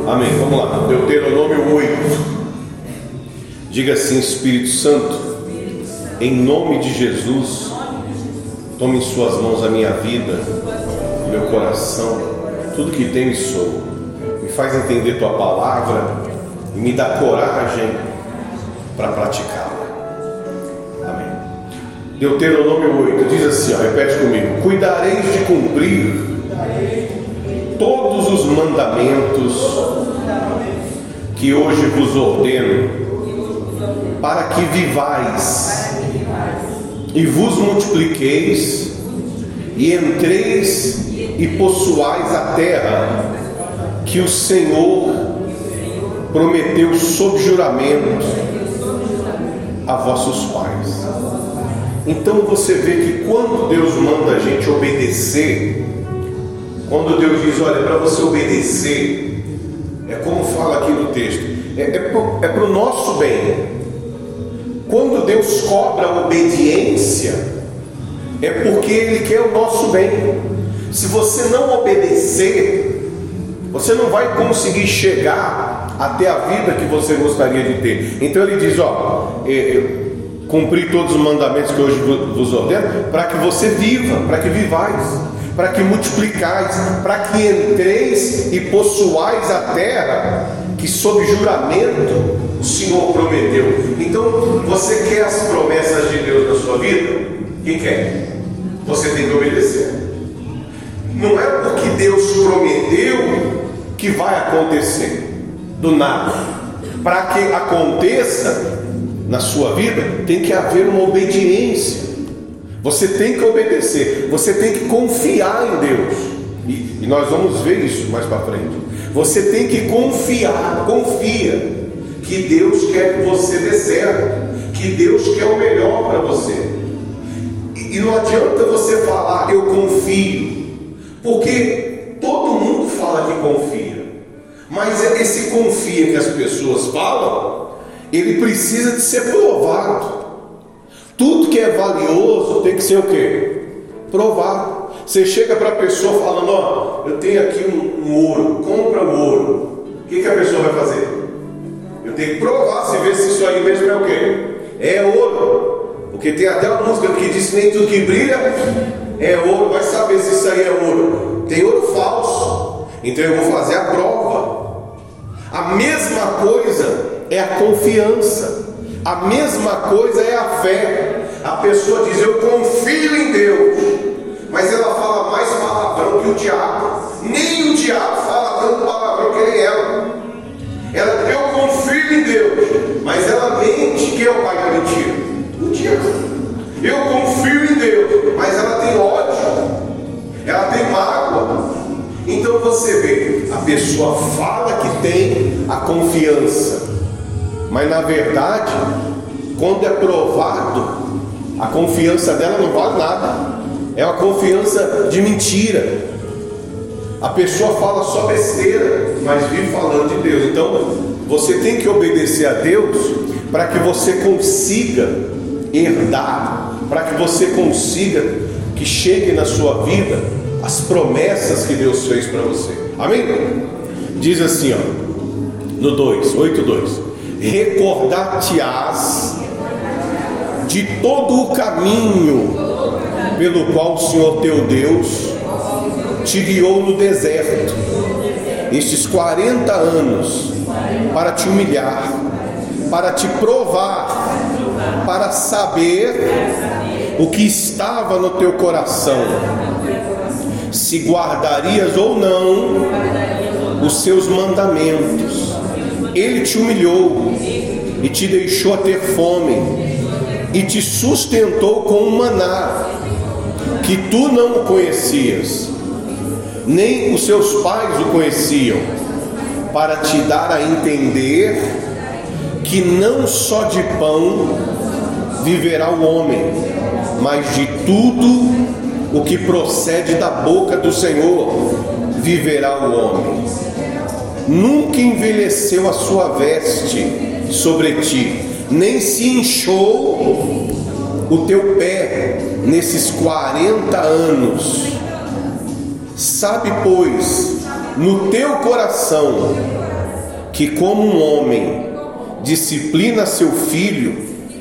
Amém. Vamos lá. Deuteronômio 8. Diga assim: Espírito Santo, em nome de Jesus, tome em suas mãos a minha vida, meu coração, tudo que tenho e sou. Me faz entender tua palavra e me dá coragem para praticá-la. Amém. Deuteronômio 8 diz assim, repete comigo: cuidareis de cumprir todos os mandamentos que hoje vos ordeno, para que vivais e vos multipliqueis e entreis e possuais a terra que o Senhor prometeu sob juramento a vossos pais. Então você vê que quando Deus manda a gente obedecer, quando Deus diz, olha, para você obedecer, é como fala aqui no texto, é para o nosso bem. Quando Deus cobra a obediência, é porque Ele quer o nosso bem. Se você não obedecer, você não vai conseguir chegar até a vida que você gostaria de ter. Então Ele diz, cumprir todos os mandamentos que hoje vos ordeno, para que você viva, para que vivais, para que multiplicais, para que entreis e possuais a terra que sob juramento o Senhor prometeu. Então, você quer as promessas de Deus na sua vida? Quem quer? Você tem que obedecer. Não é porque Deus prometeu que vai acontecer do nada. Para que aconteça na sua vida, tem que haver uma obediência. Você tem que obedecer, você tem que confiar em Deus, e nós vamos ver isso mais para frente. Você tem que confiar, confia que Deus quer que você dê certo, que Deus quer o melhor para você. E não adianta você falar eu confio, porque todo mundo fala que confia, mas esse confia que as pessoas falam, ele precisa de ser provado. Tudo que é valioso tem que ser o quê? Provado. Você chega para a pessoa falando, eu tenho aqui um ouro, compra o ouro. O que a pessoa vai fazer? Eu tenho que provar, se ver se isso aí mesmo é o quê? É ouro. Porque tem até uma música que diz que nem tudo que brilha é ouro. Vai saber se isso aí é ouro. Tem ouro falso. Então eu vou fazer a prova. A mesma coisa é a confiança. A mesma coisa é a fé. A pessoa diz, eu confio em Deus, mas ela fala mais palavrão que o diabo. Nem o diabo fala tanto palavrão que nem ela. Ela diz, eu confio em Deus, mas ela mente. Quem é o pai da mentira? O diabo. Eu confio em Deus, mas ela tem ódio, ela tem mágoa. Então você vê, a pessoa fala que tem a confiança, mas na verdade, quando é provado, a confiança dela não vale nada. É uma confiança de mentira. A pessoa fala só besteira, mas vive falando de Deus. Então, você tem que obedecer a Deus para que você consiga herdar, para que você consiga que chegue na sua vida as promessas que Deus fez para você. Amém? Diz assim, no 8:2: recordar-te-ás de todo o caminho pelo qual o Senhor teu Deus te guiou no deserto estes 40 anos, para te humilhar, para te provar, para saber o que estava no teu coração, se guardarias ou não os seus mandamentos. Ele te humilhou e te deixou ter fome, e te sustentou com um maná que tu não conhecias, nem os seus pais o conheciam, para te dar a entender que não só de pão viverá o homem, mas de tudo o que procede da boca do Senhor viverá o homem. Nunca envelheceu a sua veste sobre ti, nem se inchou o teu pé nesses 40 anos. Sabe, pois, no teu coração que como um homem disciplina seu filho,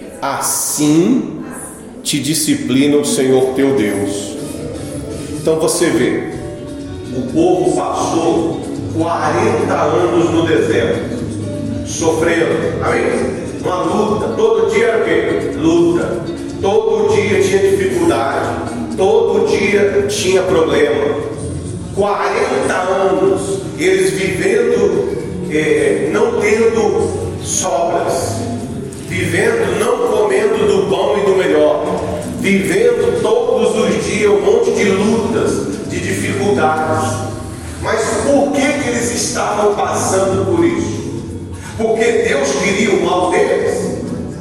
assim te disciplina o Senhor teu Deus. Então você vê, o povo passou 40 anos no deserto, sofrendo, amém? Uma luta, todo dia era o quê? Luta, todo dia tinha dificuldade, todo dia tinha problema. 40 anos eles vivendo, não tendo sobras, vivendo, não comendo do bom e do melhor, vivendo todos os dias um monte de lutas, de dificuldades. Mas por que eles estavam passando por isso? Porque Deus queria o mal deles?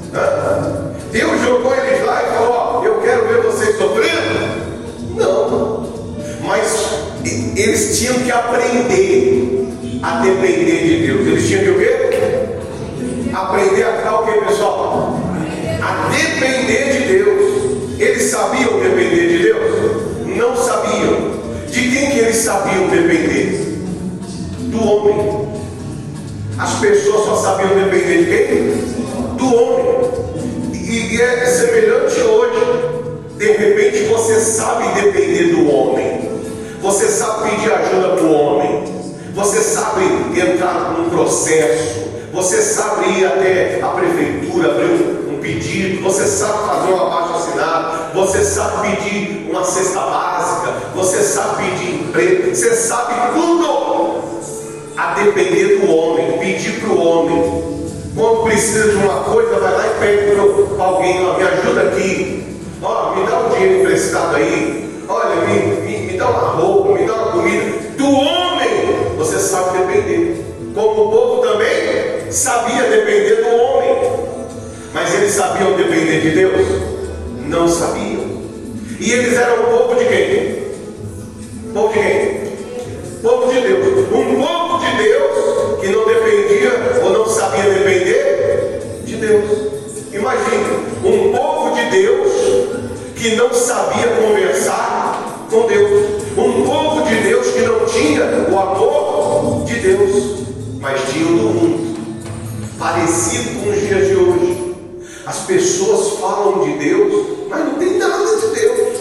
Deus jogou eles lá e falou: eu quero ver vocês sofrendo? Não. Mas eles tinham que aprender a depender de Deus. Eles tinham que o quê? Aprender a ficar o quê, pessoal? A depender de Deus. Eles sabiam depender de Deus? Não sabiam. De quem que eles sabiam depender? Do homem. As pessoas só sabiam depender de quem? Do homem. E é semelhante hoje. De repente você sabe depender do homem. Você sabe pedir ajuda para o homem. Você sabe entrar num processo. Você sabe ir até a prefeitura, abrir um pedido. Você sabe fazer uma abaixo-assinado. Você sabe pedir uma cesta básica. Você sabe pedir emprego. Você sabe tudo. A depender do homem, pedir para o homem. Quando precisa de uma coisa, vai lá e pede para alguém: ó, me ajuda aqui, ó, me dá um dinheiro emprestado aí, olha, me dá uma roupa, me dá uma comida. Do homem você sabe depender, como o povo também sabia depender do homem. Mas eles sabiam depender de Deus? Não sabiam. E eles eram o povo de quem? Povo de quem? Povo de Deus. Um povo de Deus que não dependia ou não sabia depender de Deus. Imagine, um povo de Deus que não sabia conversar com Deus. Um povo de Deus que não tinha o amor de Deus, mas tinha o do mundo. Parecido com os dias de hoje. As pessoas falam de Deus, mas não tem nada de Deus.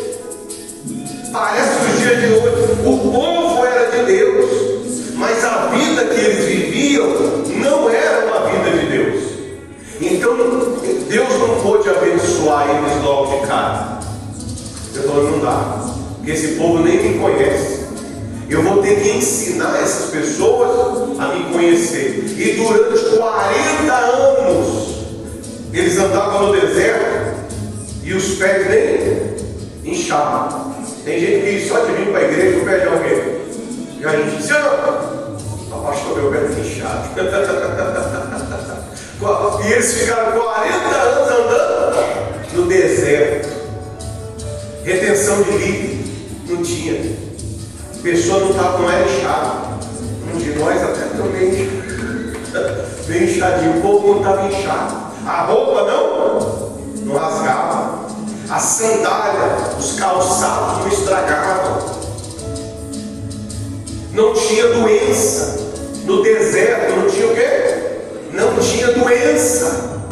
Parece que os dias de hoje o povo era de Deus, mas a vida que eles viviam não era uma vida de Deus. Então Deus não pôde abençoar eles logo de cara. Eu falei: não dá, porque esse povo nem me conhece. Eu vou ter que ensinar essas pessoas a me conhecer. E durante 40 anos eles andavam no deserto e os pés nem inchavam. Tem gente que só de vir para a igreja o pé já o quê? Já incha. Pastor, meu pé está inchado. E eles ficaram 40 anos andando no deserto. Retenção de líquido não tinha. A pessoa não estava com ela inchada. Um de nós até também bem inchadinho. O povo não estava inchado. A roupa não rasgava. A sandália, os calçados não estragavam. Não tinha doença. No deserto não tinha o quê? Não tinha doença.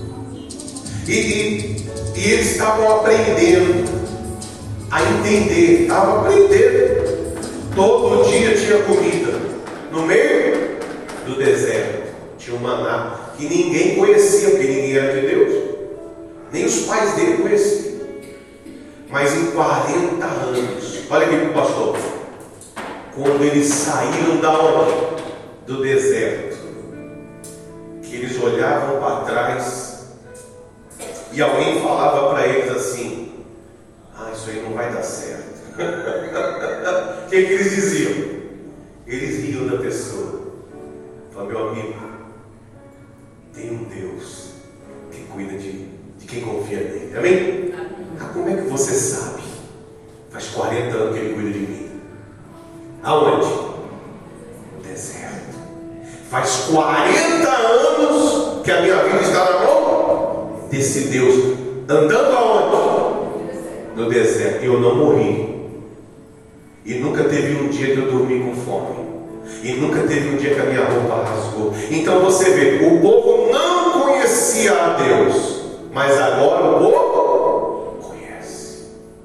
E eles estavam aprendendo a entender. Estavam aprendendo. Todo dia tinha comida. No meio do deserto tinha um maná que ninguém conhecia, porque ninguém era de Deus. Nem os pais dele conheciam. Mas em 40 anos, olha aqui para o pastor, quando eles saíram da onde? Do deserto, que eles olhavam para trás e alguém falava para eles assim: ah, isso aí não vai dar certo. O que eles diziam? Eles riam da pessoa. Falaram: meu amigo, tem um Deus que cuida de quem confia nele. Amém? Como é que você sabe? Faz 40 anos que ele cuida de mim. Aonde? No deserto. Faz 40 anos que a minha vida está na mão desse Deus. Andando aonde? No deserto. E eu não morri. E nunca teve um dia que eu dormi com fome. E nunca teve um dia que a minha roupa rasgou. Então você vê, o povo não conhecia a Deus, mas agora o povo conhece.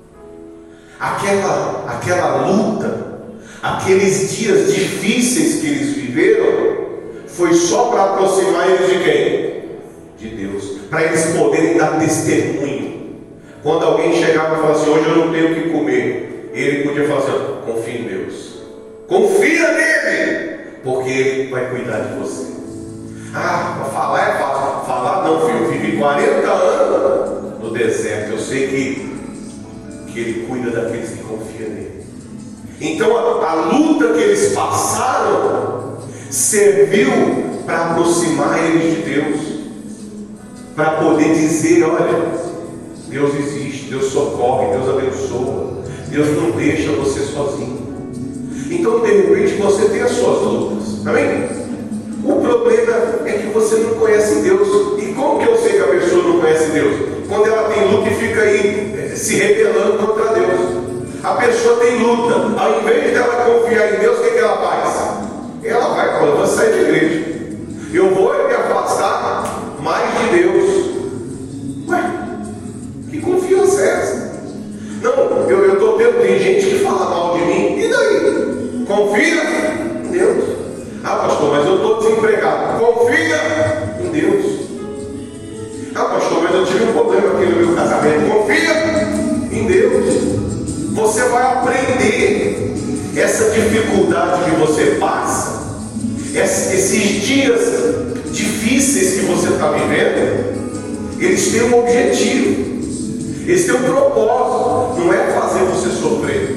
Aquela luta, aqueles dias difíceis que eles viveram, foi só para aproximar eles de quem? De Deus. Para eles poderem dar testemunho. Quando alguém chegava e falava assim, hoje eu não tenho o que comer, ele podia falar assim, confia em Deus. Confia nele, porque ele vai cuidar de você. Para falar é fácil. Falar não, filho. Eu vivi 40 anos no deserto. Eu sei que ele cuida daqueles que confiam nele. Então a luta que eles passaram serviu para aproximar eles de Deus, para poder dizer, olha, Deus existe, Deus socorre, Deus abençoa, Deus não deixa você sozinho. Então, de repente, você tem as suas lutas. Amém? O problema é que você não conhece Deus. E como que eu sei que a pessoa não conhece Deus? Quando ela tem luta e fica aí se rebelando contra Deus. A pessoa tem luta. Ao invés dela confiar em Deus, o que ela faz? Ela vai falar, eu vou sair da igreja. Eu vou me afastar mais de Deus. Ué, que confiança é essa? Não, eu estou tendo, tem gente que fala mal de mim. E daí? Confia em Deus. Pastor, mas eu estou desempregado. Confia em Deus. Pastor, mas eu tive um problema aqui no meu casamento. Confia em Deus. Você vai aprender essa dificuldade que você passa, esses dias difíceis que você está vivendo, eles têm um objetivo, eles têm um propósito, não é fazer você sofrer.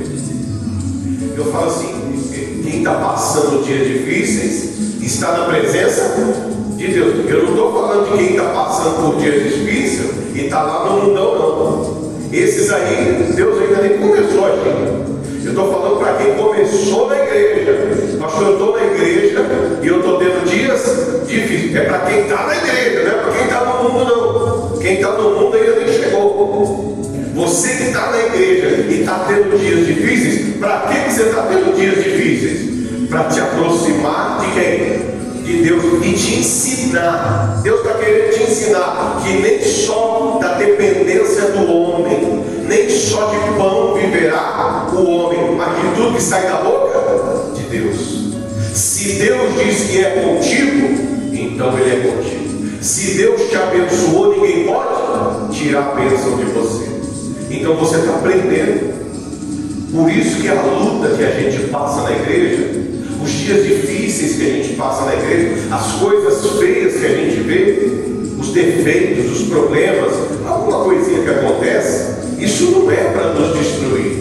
Eu falo assim, quem está passando dias difíceis está na presença de Deus. Eu não estou falando de quem está passando por dias difíceis e está lá no mundão, não. Esses aí, Deus ainda nem começou aqui. Eu estou falando para quem começou na igreja. Pastor, eu estou na igreja e eu estou tendo dias difíceis. É para quem está na igreja, não é para quem está no mundo, não. Quem está no mundo ainda nem chegou. Você que está na igreja e está tendo dias difíceis, para que você está tendo dias difíceis? Para te aproximar de quem? De Deus e te ensinar. Deus está querendo te ensinar que nem só da dependência do homem, nem só de pão viverá o homem, mas de tudo que sai da boca de Deus. Se Deus diz que é contigo, então Ele é contigo. Se Deus te abençoou, ninguém pode tirar a bênção de você. Então você está aprendendo. Por isso que a luta que a gente passa na igreja, os dias difíceis que a gente passa na igreja, as coisas feias que a gente vê, os defeitos, os problemas, alguma coisinha que acontece, isso não é para nos destruir.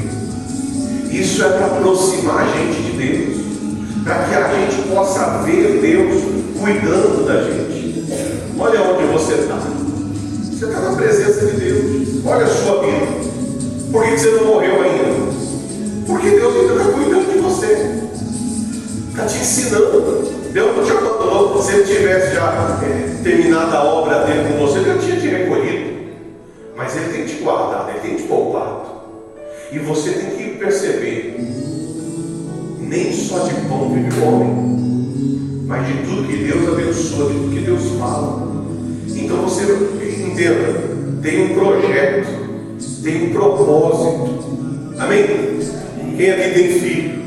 Isso é para aproximar a gente de Deus, para que a gente possa ver Deus cuidando da gente. Olha onde você está. Você está na presença de Deus. Olha a sua vida. Por que você não morreu ainda? Porque Deus ainda está cuidando de você. Está te ensinando. Deus não te abandonou. Se Ele tivesse já terminado a obra dele com você, Ele já tinha te recolhido. Mas Ele tem te guardado, Ele tem te poupado. E você tem que perceber: nem só de pão vive o homem, mas de tudo que Deus abençoa, de tudo que Deus fala. Então você entenda, tem um projeto, tem um propósito. Amém? Quem aqui tem filho?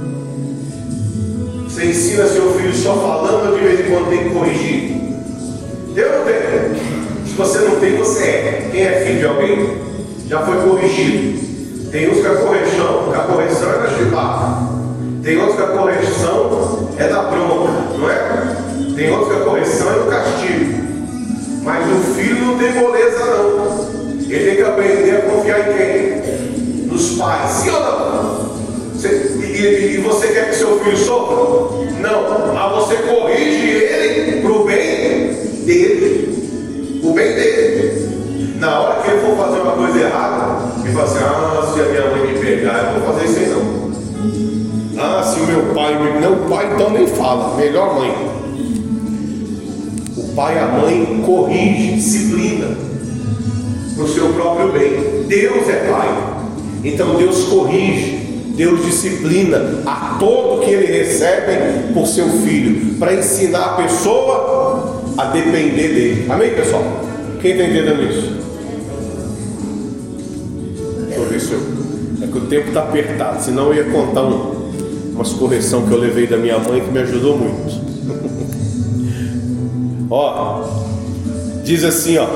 Você ensina seu filho só falando, ou de vez em quando tem que corrigir? Eu não tenho. Se você não tem, você é. Quem é filho de alguém já foi corrigido. Tem uns que a correção é na chibata. Tem outros que a correção é da bronca, não é? Tem outros que a correção é do castigo. Mas o filho não tem moleza, não. Ele tem que aprender a confiar em quem? Nos pais. Sim ou não? E você quer que seu filho sofra? Não. Mas você corrige ele para o bem dele. O bem dele. Na hora que ele for fazer uma coisa errada, ele fala assim: se a minha mãe me pegar, eu vou fazer isso aí não. Se o meu pai então nem fala. Melhor mãe. O pai e a mãe corrige, disciplina para o seu próprio bem. Deus é pai, então Deus corrige Deus disciplina a todo que Ele recebe por seu Filho, para ensinar a pessoa a depender dEle. Amém, pessoal? Quem está entendendo isso? Deixa eu ver se é que o tempo está apertado, senão eu ia contar umas correções que eu levei da minha mãe que me ajudou muito. Ó, diz assim, ó,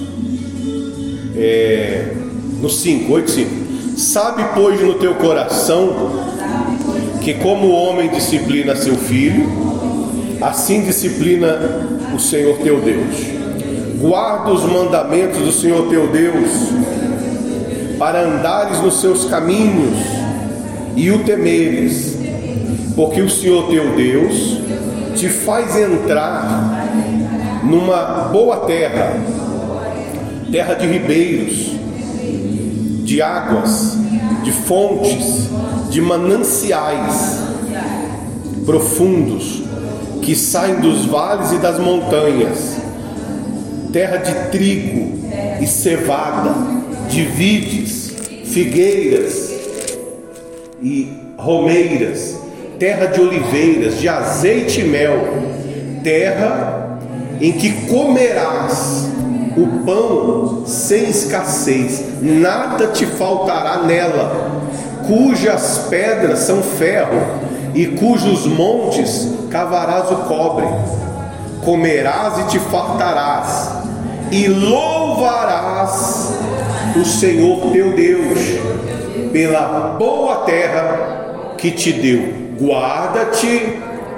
no 8:5. Sabe, pois, no teu coração que como o homem disciplina seu filho, assim disciplina o Senhor teu Deus. Guarda os mandamentos do Senhor teu Deus, para andares nos seus caminhos e o temeres, porque o Senhor teu Deus te faz entrar numa boa terra, terra de ribeiros, de águas, de fontes, de mananciais profundos, que saem dos vales e das montanhas, terra de trigo e cevada, de vides, figueiras e romeiras, terra de oliveiras, de azeite e mel, terra em que comerás o pão sem escassez, nada te faltará nela, cujas pedras são ferro e cujos montes cavarás o cobre. Comerás e te fartarás, e louvarás o Senhor teu Deus pela boa terra que te deu. Guarda-te,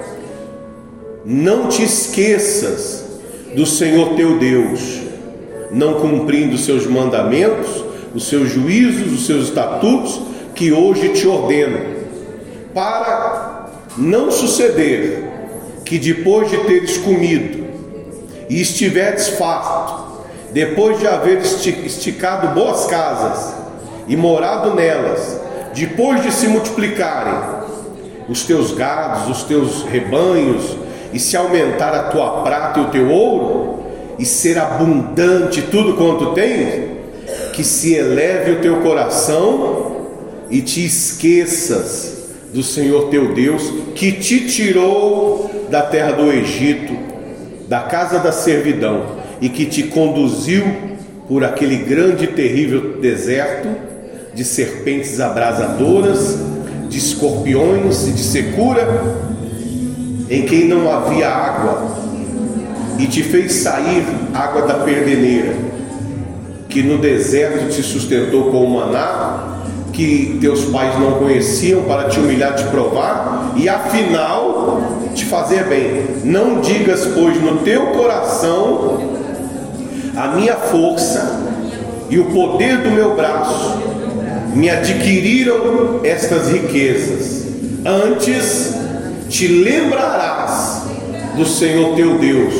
não te esqueças do Senhor teu Deus, não cumprindo os seus mandamentos, os seus juízos, os seus estatutos, que hoje te ordeno, para não suceder que depois de teres comido e estiveres farto, depois de haver esticado boas casas e morado nelas, depois de se multiplicarem os teus gados, os teus rebanhos, e se aumentar a tua prata e o teu ouro, e ser abundante tudo quanto tens, que se eleve o teu coração e te esqueças do Senhor teu Deus, que te tirou da terra do Egito, da casa da servidão, e que te conduziu por aquele grande e terrível deserto, de serpentes abrasadoras, de escorpiões e de secura, em quem não havia água, e te fez sair água da perdeneira, que no deserto te sustentou com o maná, que teus pais não conheciam, para te humilhar, te provar, e afinal te fazer bem. Não digas, pois, no teu coração: a minha força e o poder do meu braço me adquiriram estas riquezas. Antes te lembrarás do Senhor teu Deus,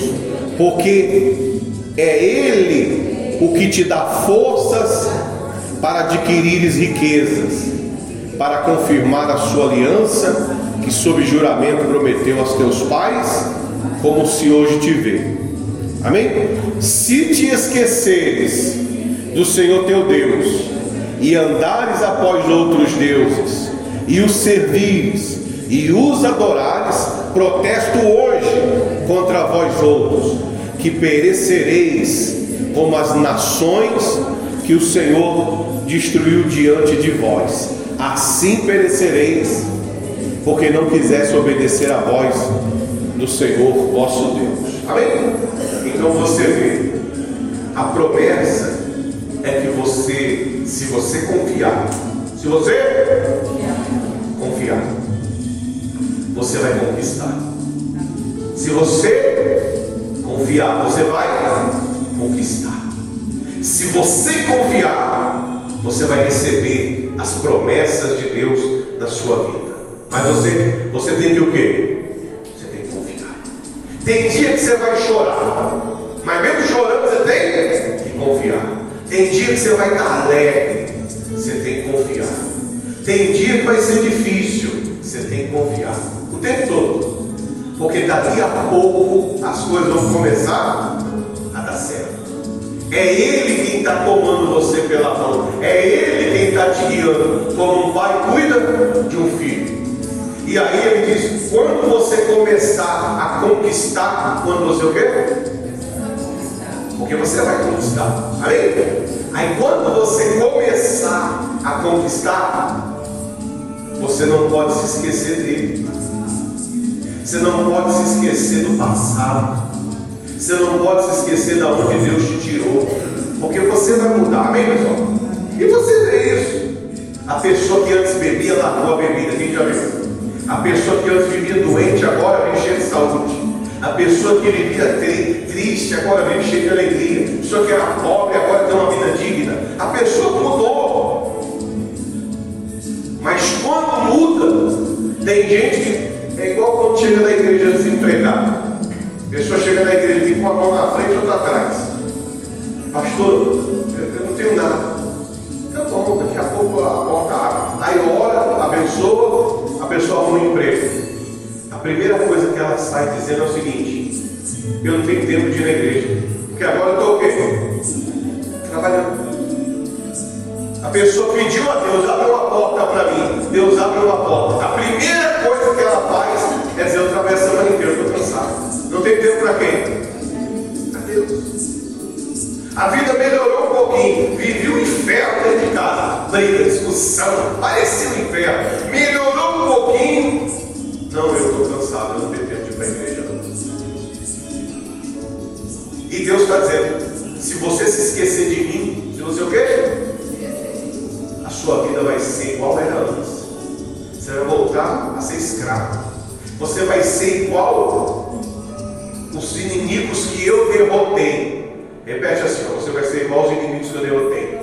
porque é Ele o que te dá forças para adquirires riquezas, para confirmar a sua aliança, que sob juramento prometeu aos teus pais, como se hoje te vê. Amém? Se te esqueceres do Senhor teu Deus, e andares após outros deuses, e os servires, e os adorares, protesto hoje contra vós outros, que perecereis como as nações que o Senhor destruiu diante de vós. Assim perecereis, porque não quisesse obedecer a voz do Senhor vosso Deus. Amém? Então você vê, a promessa é que você, se você confiar, você vai conquistar. Se você confiar, você vai conquistar. Se você confiar, você vai receber as promessas de Deus na sua vida. Mas você tem que o quê? Você tem que confiar. Tem dia que você vai chorar, mas mesmo chorando você tem que confiar. Tem dia que você vai estar alegre, você tem que confiar. Tem dia que vai ser difícil, você tem que confiar. O tempo todo. Porque daqui a pouco as coisas vão começar a dar certo. É Ele quem está tomando você pela mão. É Ele quem está te guiando. Como um pai cuida de um filho. E aí ele diz: quando você começar a conquistar, quando você o quê? Porque você vai conquistar. Amém? Aí quando você começar a conquistar, você não pode se esquecer dele. Você não pode se esquecer do passado. Você não pode se esquecer de onde Deus te tirou. Porque você vai mudar. Amém, pessoal? E você vê isso. A pessoa que antes bebia, largou a bebida. Quem já viu? A pessoa que antes vivia doente, agora vem cheia de saúde. A pessoa que vivia triste, agora vem cheia de alegria. A pessoa que era pobre, agora tem uma vida digna. A pessoa mudou. Mas quando muda, tem gente que é igual quando chega na igreja desempregado. A pessoa chega na igreja e fica com a mão na frente e outra atrás. Pastor, eu não tenho nada. Tá bom, daqui a pouco a porta abre. Aí ora, abençoa, a pessoa arruma um emprego. A primeira coisa que ela sai dizendo é o seguinte: eu não tenho tempo de ir na igreja, porque agora eu estou o quê? Trabalhando. A pessoa pediu a Deus: abre uma porta para mim. Deus abre uma porta. A primeira coisa que ela faz é dizer: eu trabalho a semana inteira, eu estou cansado. Não tem tempo para quem? Para Deus. A vida melhorou um pouquinho. Vivi um inferno dentro de casa. Briga, discussão, parecia um inferno. Melhorou um pouquinho. Não, eu estou cansado, eu não tenho tempo de ir para a igreja. E Deus está dizendo: se você se esquecer de mim, se você o quê? A sua vida vai ser igual era antes. Você vai voltar a ser escravo. Você vai ser igual os inimigos que eu derrotei. Repete assim: você vai ser igual aos inimigos que eu derrotei.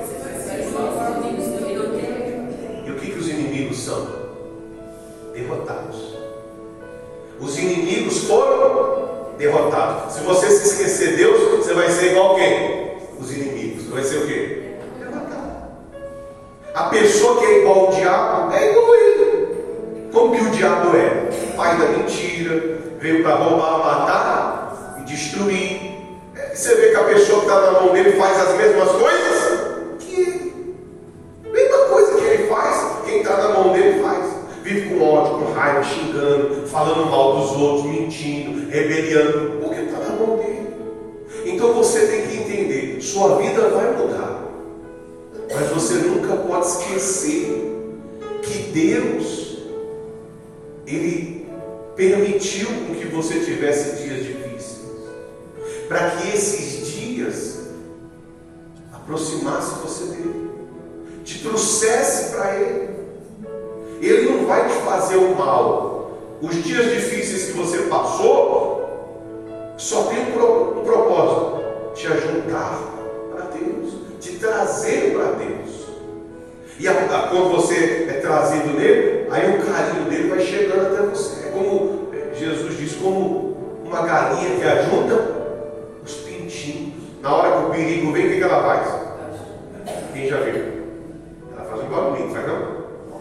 E o que os inimigos são? Derrotados. Os inimigos foram derrotados. Se você se esquecer de Deus, você vai ser igual a quem? Os inimigos. Vai ser o quê? Derrotado. A pessoa que é igual ao diabo é igual a ele. Como que o diabo é? Pai da mentira, veio para roubar, matar e destruir. Você vê que a pessoa que está na mão dele faz as mesmas coisas que ele. Mesma coisa que ele faz, quem está na mão dele faz. Vive com ódio, com raiva, xingando, falando mal dos outros, mentindo, rebeliando, porque está na mão dele. Então você tem que entender: sua vida vai mudar, mas você nunca pode esquecer que Deus, Ele permitiu que você tivesse dias difíceis, para que esses dias aproximasse você dele, te trouxesse para Ele. Ele não vai te fazer o mal. Os dias difíceis que você passou só tem um propósito: te ajuntar para Deus, te trazer para Deus. E quando você é trazido nele, aí o carinho dele vai chegando até você. É como Jesus diz: como uma galinha que ajunta os pintinhos. Na hora que o perigo vem, o que ela faz? Quem já viu? Ela faz um barulhinho, faz não?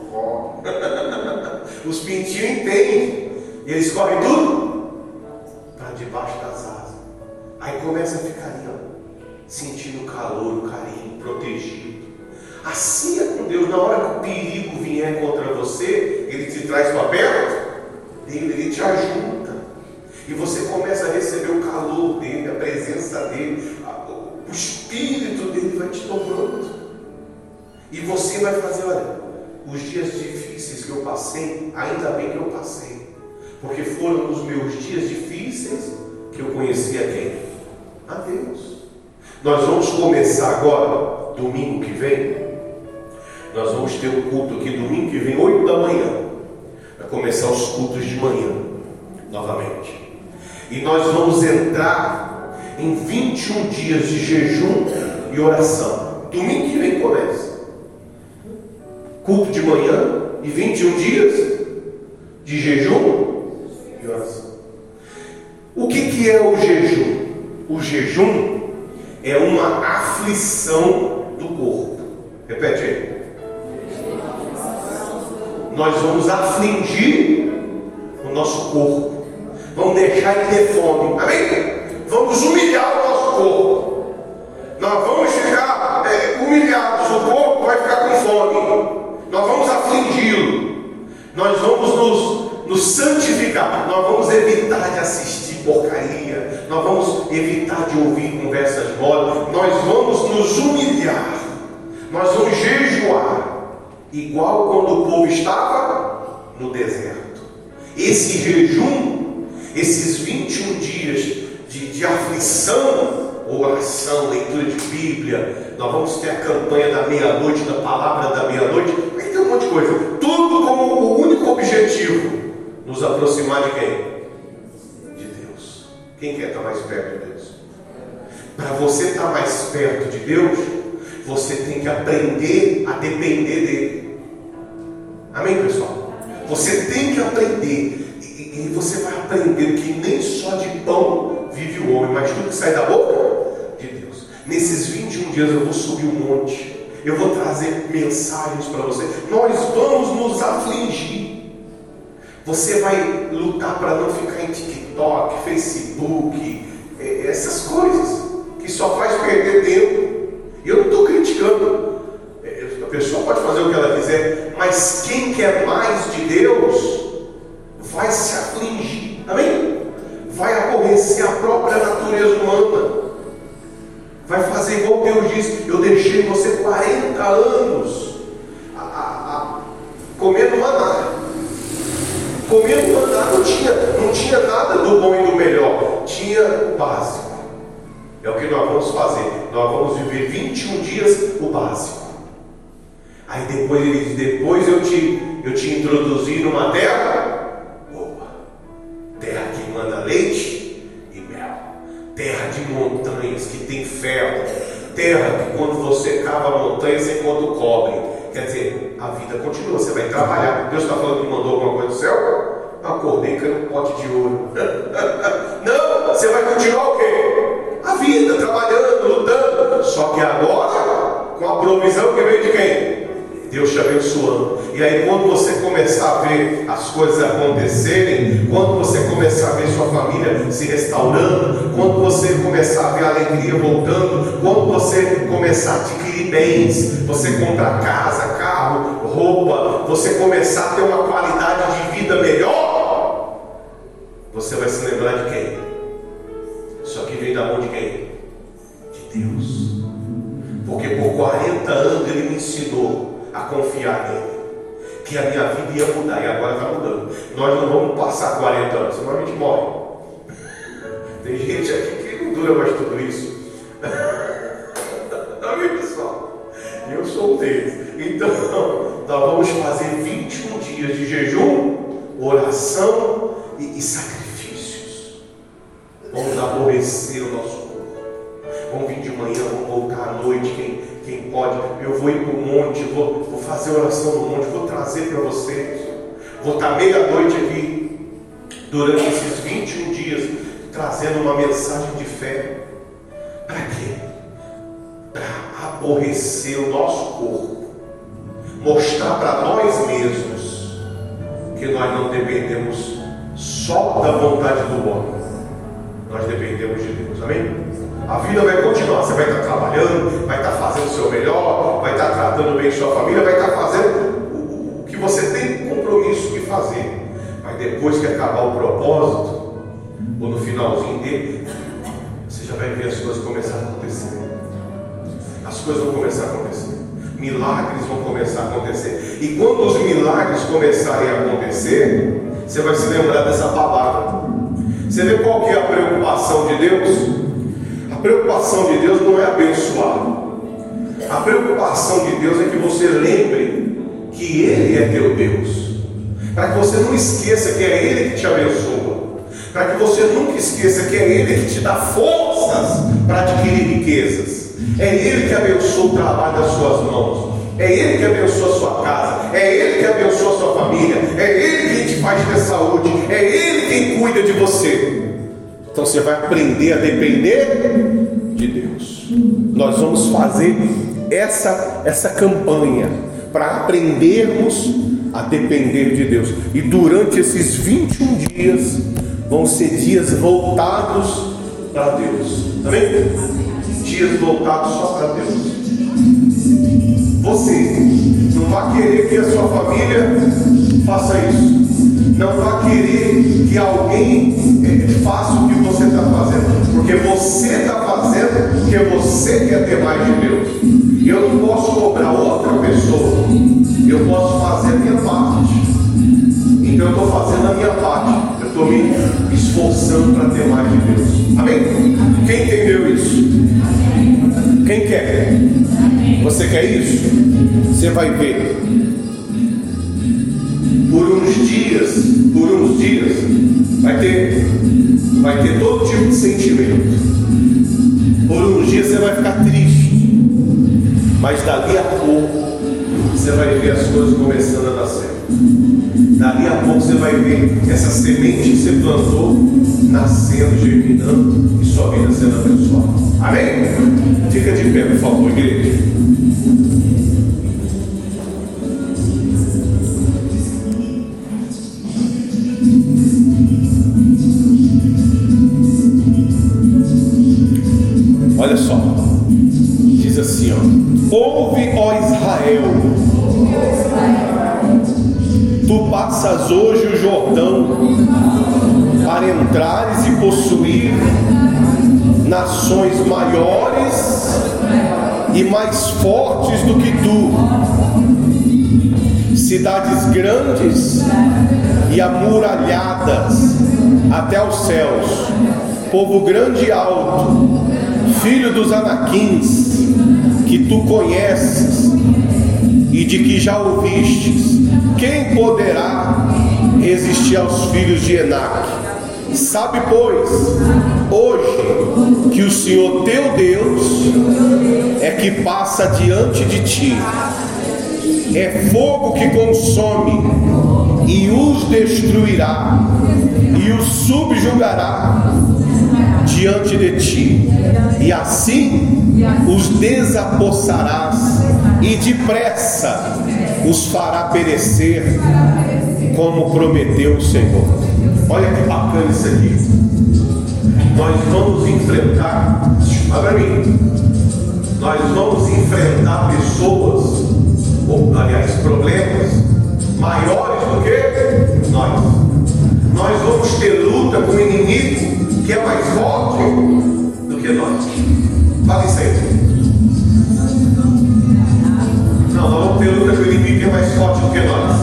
Os pintinhos entendem. E eles correm tudo para debaixo das asas. Aí começa a ficar ali, ó, sentindo o calor, o carinho, protegido. Assim é com Deus. Na hora que o perigo vier contra você, Ele te traz para perto dele, Ele te ajuda. E você começa a receber o calor dele, a presença dele, o Espírito dele vai te tomando. E você vai fazer: olha, os dias difíceis que eu passei, ainda bem que eu passei, porque foram nos meus dias difíceis que eu conheci a quem? A Deus. Nós vamos começar agora, domingo que vem. Nós vamos ter um culto aqui domingo que vem, 8 da manhã. Vai começar os cultos de manhã, novamente. E nós vamos entrar em 21 dias de jejum e oração. Domingo que vem começa. Culto de manhã e 21 dias de jejum e oração. O que é o jejum? O jejum é uma aflição do corpo. Repete aí. Nós vamos afligir o nosso corpo. Vamos deixar ele ter fome. Amém? Vamos humilhar o nosso corpo. Nós vamos ficar humilhados, o corpo vai ficar com fome. Nós vamos afligi-lo. Nós vamos nos santificar. Nós vamos evitar de assistir porcaria. Nós vamos evitar de ouvir conversas moles. Nós vamos nos humilhar. Nós vamos jejuar. Igual quando o povo estava no deserto. Esse jejum, esses 21 dias de aflição, oração, leitura de Bíblia, nós vamos ter a campanha da meia-noite, da palavra da meia-noite, vai ter um monte de coisa, tudo com o único objetivo: nos aproximar de quem? De Deus. Quem quer estar mais perto de Deus? Para você estar mais perto de Deus, você tem que aprender a depender dele. Amém, pessoal? Você tem que aprender, e você vai aprender que nem só de pão vive o homem, mas tudo que sai da boca de Deus. Nesses 21 dias eu vou subir um monte, eu vou trazer mensagens para você. Nós vamos nos afligir. Você vai lutar para não ficar em TikTok, Facebook, essas coisas que só faz perder tempo. E eu não estou criticando. A pessoa pode fazer o que ela quiser, mas quem quer mais de Deus vai se afligir. Amém? Vai aborrecer a própria natureza humana. Vai fazer igual Deus disse: eu deixei você 40 anos comendo maná. Comendo maná, não tinha nada do bom e do melhor, tinha o básico. É o que nós vamos fazer. Nós vamos viver 21 dias o básico. Aí depois ele diz: depois eu te introduzi numa terra boa, terra que manda leite e mel, terra de montanhas que tem ferro, terra que quando você cava a montanha você encontra o cobre. Quer dizer, a vida continua, você vai trabalhar. Deus está falando que mandou alguma coisa do céu? Acordei com um pote de ouro. Não, você vai continuar o quê? A vida, trabalhando, lutando. Só que agora, com a provisão que veio de quem? Deus te abençoando. E aí quando você começar a ver as coisas acontecerem, quando você começar a ver sua família se restaurando, quando você começar a ver a alegria voltando, quando você começar a adquirir bens, você comprar casa, carro, roupa, você começar a ter uma qualidade de vida melhor, você vai se lembrar de quem? Isso aqui vem da mão de quem? De Deus. Porque por 40 anos Ele me ensinou a confiar nele, que a minha vida ia mudar, e agora está mudando. Nós não vamos passar 40 anos, senão a gente morre. Tem gente aqui que não dura mais tudo isso. Amém, pessoal? Eu sou um deles. Então nós vamos fazer 21 dias de jejum, oração e sacrifícios. Vamos aborrecer o nosso corpo. Vamos vir de manhã, vamos voltar à noite. Quem pode, eu vou ir para o monte, vou fazer oração no monte, vou trazer para vocês. Vou estar meia-noite aqui, durante esses 21 dias, trazendo uma mensagem de fé. Para quê? Para aborrecer o nosso corpo, mostrar para nós mesmos que nós não dependemos só da vontade do homem, nós dependemos de Deus. Amém? A vida vai continuar, você vai estar trabalhando, vai estar fazendo o seu melhor, vai estar tratando bem sua família, vai estar fazendo o que você tem compromisso de fazer. Mas depois que acabar o propósito, ou no finalzinho dele, você já vai ver as coisas começar a acontecer. As coisas vão começar a acontecer. Milagres vão começar a acontecer. E quando os milagres começarem a acontecer, você vai se lembrar dessa palavra. Você vê qual que é a preocupação de Deus? A preocupação de Deus não é abençoar. A preocupação de Deus é que você lembre que Ele é teu Deus, para que você não esqueça que é Ele que te abençoa, para que você nunca esqueça que é Ele que te dá forças para adquirir riquezas. É Ele que abençoa o trabalho das suas mãos, é Ele que abençoa a sua casa, é Ele que abençoa a sua família, é Ele quem te faz ter saúde, é Ele quem cuida de você. Então você vai aprender a depender de Deus. Nós vamos fazer essa campanha para aprendermos a depender de Deus. E durante esses 21 dias vão ser dias voltados para Deus. Amém? dias voltados só para Deus. Você não vai querer que a sua família faça isso. Não vai querer que alguém faça o que você está fazendo, porque você está fazendo porque você quer ter mais de Deus. Eu não posso cobrar outra pessoa, eu posso fazer a minha parte. Então eu estou fazendo a minha parte, eu estou me esforçando para ter mais de Deus. Amém? Quem entendeu isso? Quem quer? Você quer isso? Você vai ver. Por uns dias, vai ter todo tipo de sentimento. Por uns dias você vai ficar triste, mas dali a pouco você vai ver as coisas começando a nascer. Dali a pouco você vai ver essa semente que você plantou nascendo, germinando e sua vida sendo abençoada. Amém? Fica de pé, por favor, igreja. Olha só, diz assim, ó: ouve, ó Israel, tu passas hoje o Jordão para entrares e possuir nações maiores e mais fortes do que tu, cidades grandes e amuralhadas até os céus, povo grande e alto, filho dos Anaquins, que tu conheces e de que já ouvistes. Quem poderá resistir aos filhos de Enaque? Sabe, pois, hoje que o Senhor teu Deus é que passa diante de ti, é fogo que consome e os destruirá e os subjugará diante de ti, e assim os desapossarás e depressa os fará perecer, como prometeu o Senhor. Olha que bacana isso aqui. Nós vamos enfrentar, olha para mim, nós vamos enfrentar pessoas, ou aliás problemas maiores do que nós. Nós vamos ter luta com o inimigo que é mais forte do que nós. Fala isso aí. Não, nós vamos ter luta com o inimigo que é mais forte do que nós.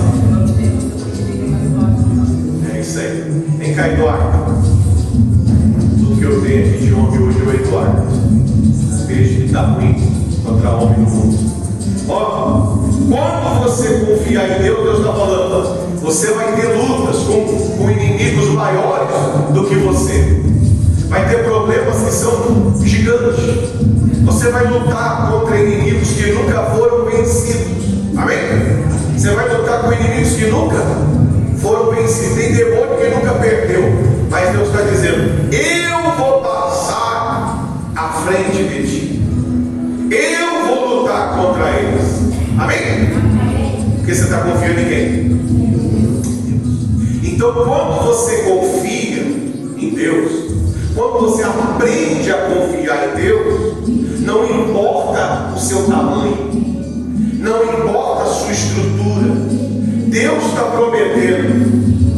É isso aí. Vem cá, Eduardo. Tudo que eu tenho aqui de homem hoje é o Eduardo. Veja que está ruim contra homem no mundo. Ó, quando você confiar em Deus, Deus está falando, você vai ter lutas com inimigos maiores do que você. Vai ter problemas que são gigantes. Você vai lutar contra inimigos que nunca foram vencidos. Amém? Você vai lutar com inimigos que nunca foram vencidos. Tem demônio que nunca perdeu. Mas Deus está dizendo: eu vou passar à frente de ti. Eu vou lutar contra eles. Amém? Porque você está confiando em quem? Então, quando você confia em Deus, quando você aprende a confiar em Deus, não importa o seu tamanho, não importa a sua estrutura, Deus está prometendo: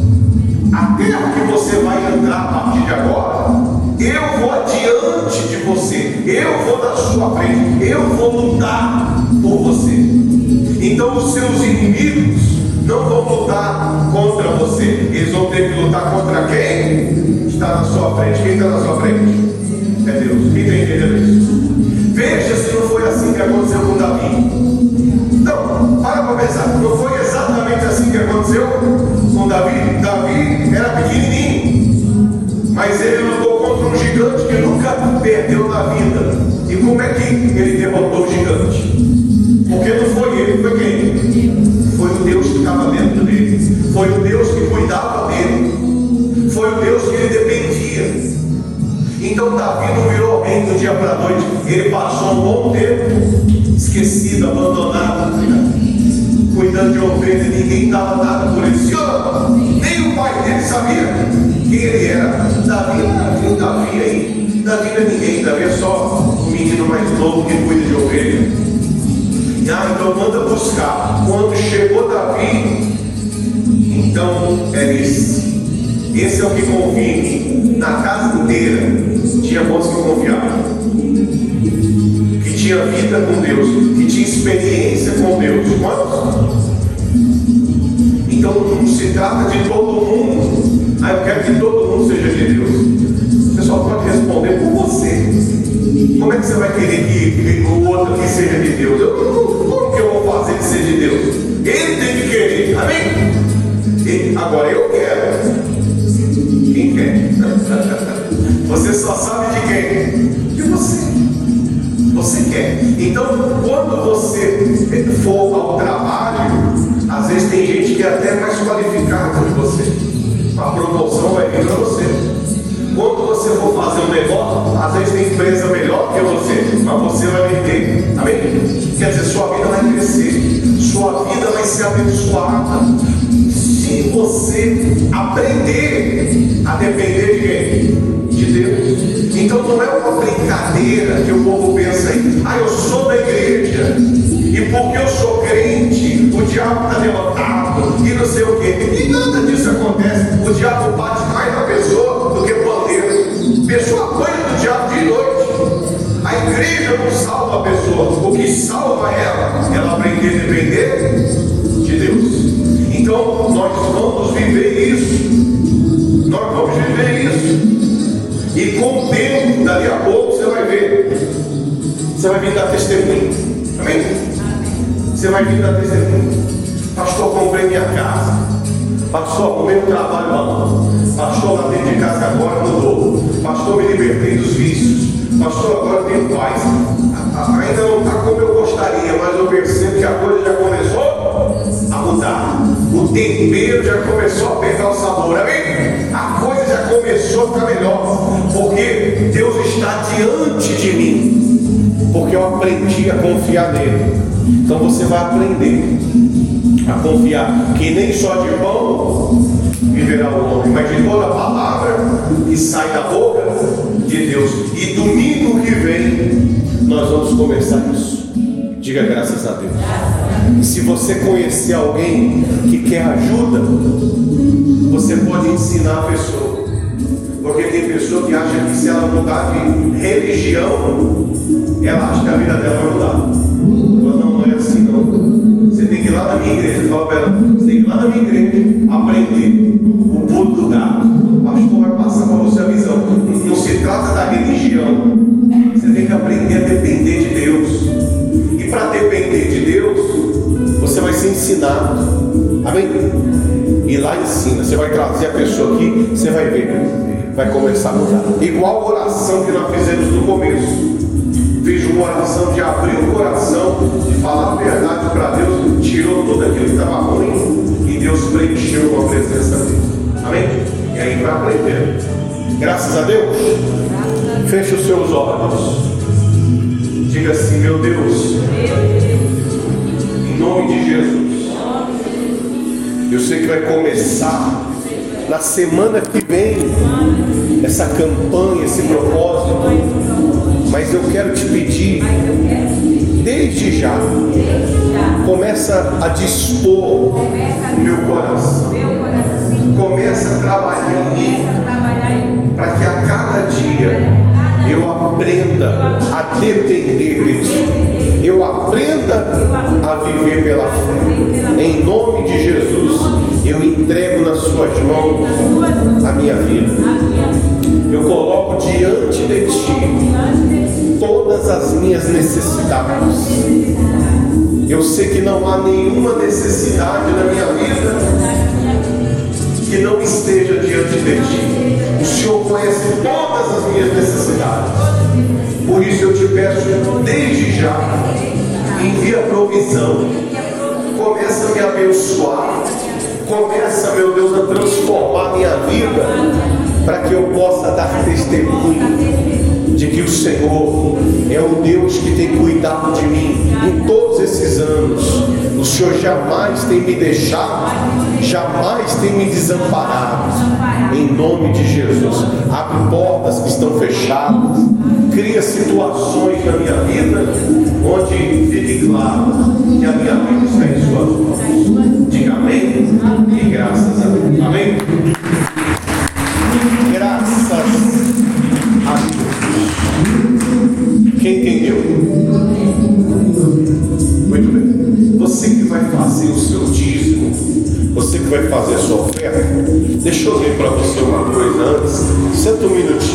a terra que você vai entrar a partir de agora, eu vou adiante de você, eu vou na sua frente, eu vou lutar por você. Então os seus inimigos não vão lutar contra você, eles vão ter que lutar contra quem está na sua frente. Quem está na sua frente? É Deus. Quem está entendendo isso? Veja se não foi assim que aconteceu com Davi. Então, para pensar, não foi exatamente assim que aconteceu com Davi. Davi era pequenininho, mas ele lutou contra um gigante que nunca perdeu na vida. E como é que ele derrotou o gigante? Porque não foi ele, foi quem? Foi o Deus que estava dentro dele, foi o Deus que cuidava dele, foi o Deus que ele dependia. Então Davi não virou alguém do dia para a noite, ele passou um bom tempo esquecido, abandonado, cuidando de ovelha, ninguém dava nada por ele. Nem o pai dele sabia quem ele era. Davi aí, Davi não é ninguém, Davi é só um menino menino mais novo que cuida de ovelha. Então manda buscar. Quando chegou Davi, então era esse. Esse é o que convive na casa inteira. Tinha moço que confiava, que tinha vida com Deus, que tinha experiência com Deus. Quantos? Então não se trata de todo mundo. Eu quero que todo mundo seja de Deus. Você só pode responder por você. Como é que você vai querer que o outro aqui seja de Deus? Como que eu vou fazer ele ser de Deus? Ele tem que querer, amém? Agora eu quero. Quem quer? Você só sabe de quem? De você. Você quer. Então, quando você for ao trabalho, às vezes tem gente que é até mais qualificada que você. A promoção vai vir para você. Quando você for fazer um negócio, às vezes tem empresa melhor que você, mas você vai vender. Amém? Quer dizer, sua vida vai crescer, sua vida vai ser abençoada. Se você aprender a depender de quem? De Deus. Então não é uma brincadeira que o povo pensa aí. Eu sou da igreja, e porque eu sou crente, o diabo está derrotado, e não sei o quê. E nada disso acontece. O diabo bate mais na pessoa do que pandeiro. A pessoa apanha do diabo de noite. A igreja não salva a pessoa. O que salva ela aprender a depender de Deus. Então nós vamos viver isso. Nós vamos viver isso. E com o tempo, dali a pouco, você vai ver. Você vai vir dar testemunho. Amém? Você vai vir dar testemunho. Pastor, comprei minha casa. Pastor, arrumei um trabalho bom. Pastor, lá dentro de casa agora mudou. Pastor, me libertei dos vícios. Pastor, agora tenho paz. Ainda não está como eu gostaria, mas eu percebo que a coisa já começou a mudar. O tempero já começou a pegar o sabor. Amém? A coisa já começou a ficar melhor. Porque Deus está diante de mim. Porque eu aprendi a confiar nele. Então você vai aprender a confiar que nem só de pão viverá o homem, mas de toda a palavra que sai da boca de Deus. E domingo que vem nós vamos começar isso. Diga graças a Deus. E se você conhecer alguém que quer ajuda, você pode ensinar a pessoa. Porque tem pessoa que acha que se ela mudar de religião, ela acha que a vida dela vai mudar. Não é assim não. Você tem que ir lá na minha igreja. Fala para ela, você tem que ir lá na minha igreja aprender o pulo do gato. O pastor vai passar para você a visão. Não se trata da religião. Você tem que aprender a depender de Deus. E para depender de Deus, você vai ser ensinado. Amém? E lá ensina. Você vai trazer a pessoa aqui, você vai ver. Vai começar a mudar. Igual a oração que nós fizemos no começo. Fiz uma oração de abrir o coração, de falar a verdade para Deus, tirou tudo aquilo que estava ruim e Deus preencheu com a presença dele. Amém? E aí vai aprender. Graças a Deus. Feche os seus olhos. Diga assim: meu Deus, em nome de Jesus, eu sei que vai começar na semana que vem essa campanha, esse propósito. Mas eu quero te pedir, desde já, começa a dispor o meu coração. Começa a trabalhar em mim, para que a cada dia eu aprenda a depender de ti. Eu aprenda a viver pela fé. Em nome de Jesus, eu entrego nas suas mãos a minha vida. Eu coloco diante de ti todas as minhas necessidades. Eu sei que não há nenhuma necessidade na minha vida que não esteja diante de ti. O Senhor conhece todas as minhas necessidades. Por isso eu te peço, desde já, envia provisão. Começa a me abençoar. Começa, meu Deus, a transformar a minha vida, para que eu possa dar testemunho de que o Senhor é o Deus que tem cuidado de mim em todos esses anos. O Senhor jamais tem me deixado, jamais tem me desamparado. Em nome de Jesus, abre portas que estão fechadas, cria situações na minha vida onde fique claro que a minha vida está em suas mãos. Diga amém e graças a Deus. Amém? Graças a Deus. Quem entendeu? Muito bem. Você que vai fazer o seu dízimo, você que vai fazer a sua oferta, deixa eu ler para você uma coisa antes. Senta um minutinho.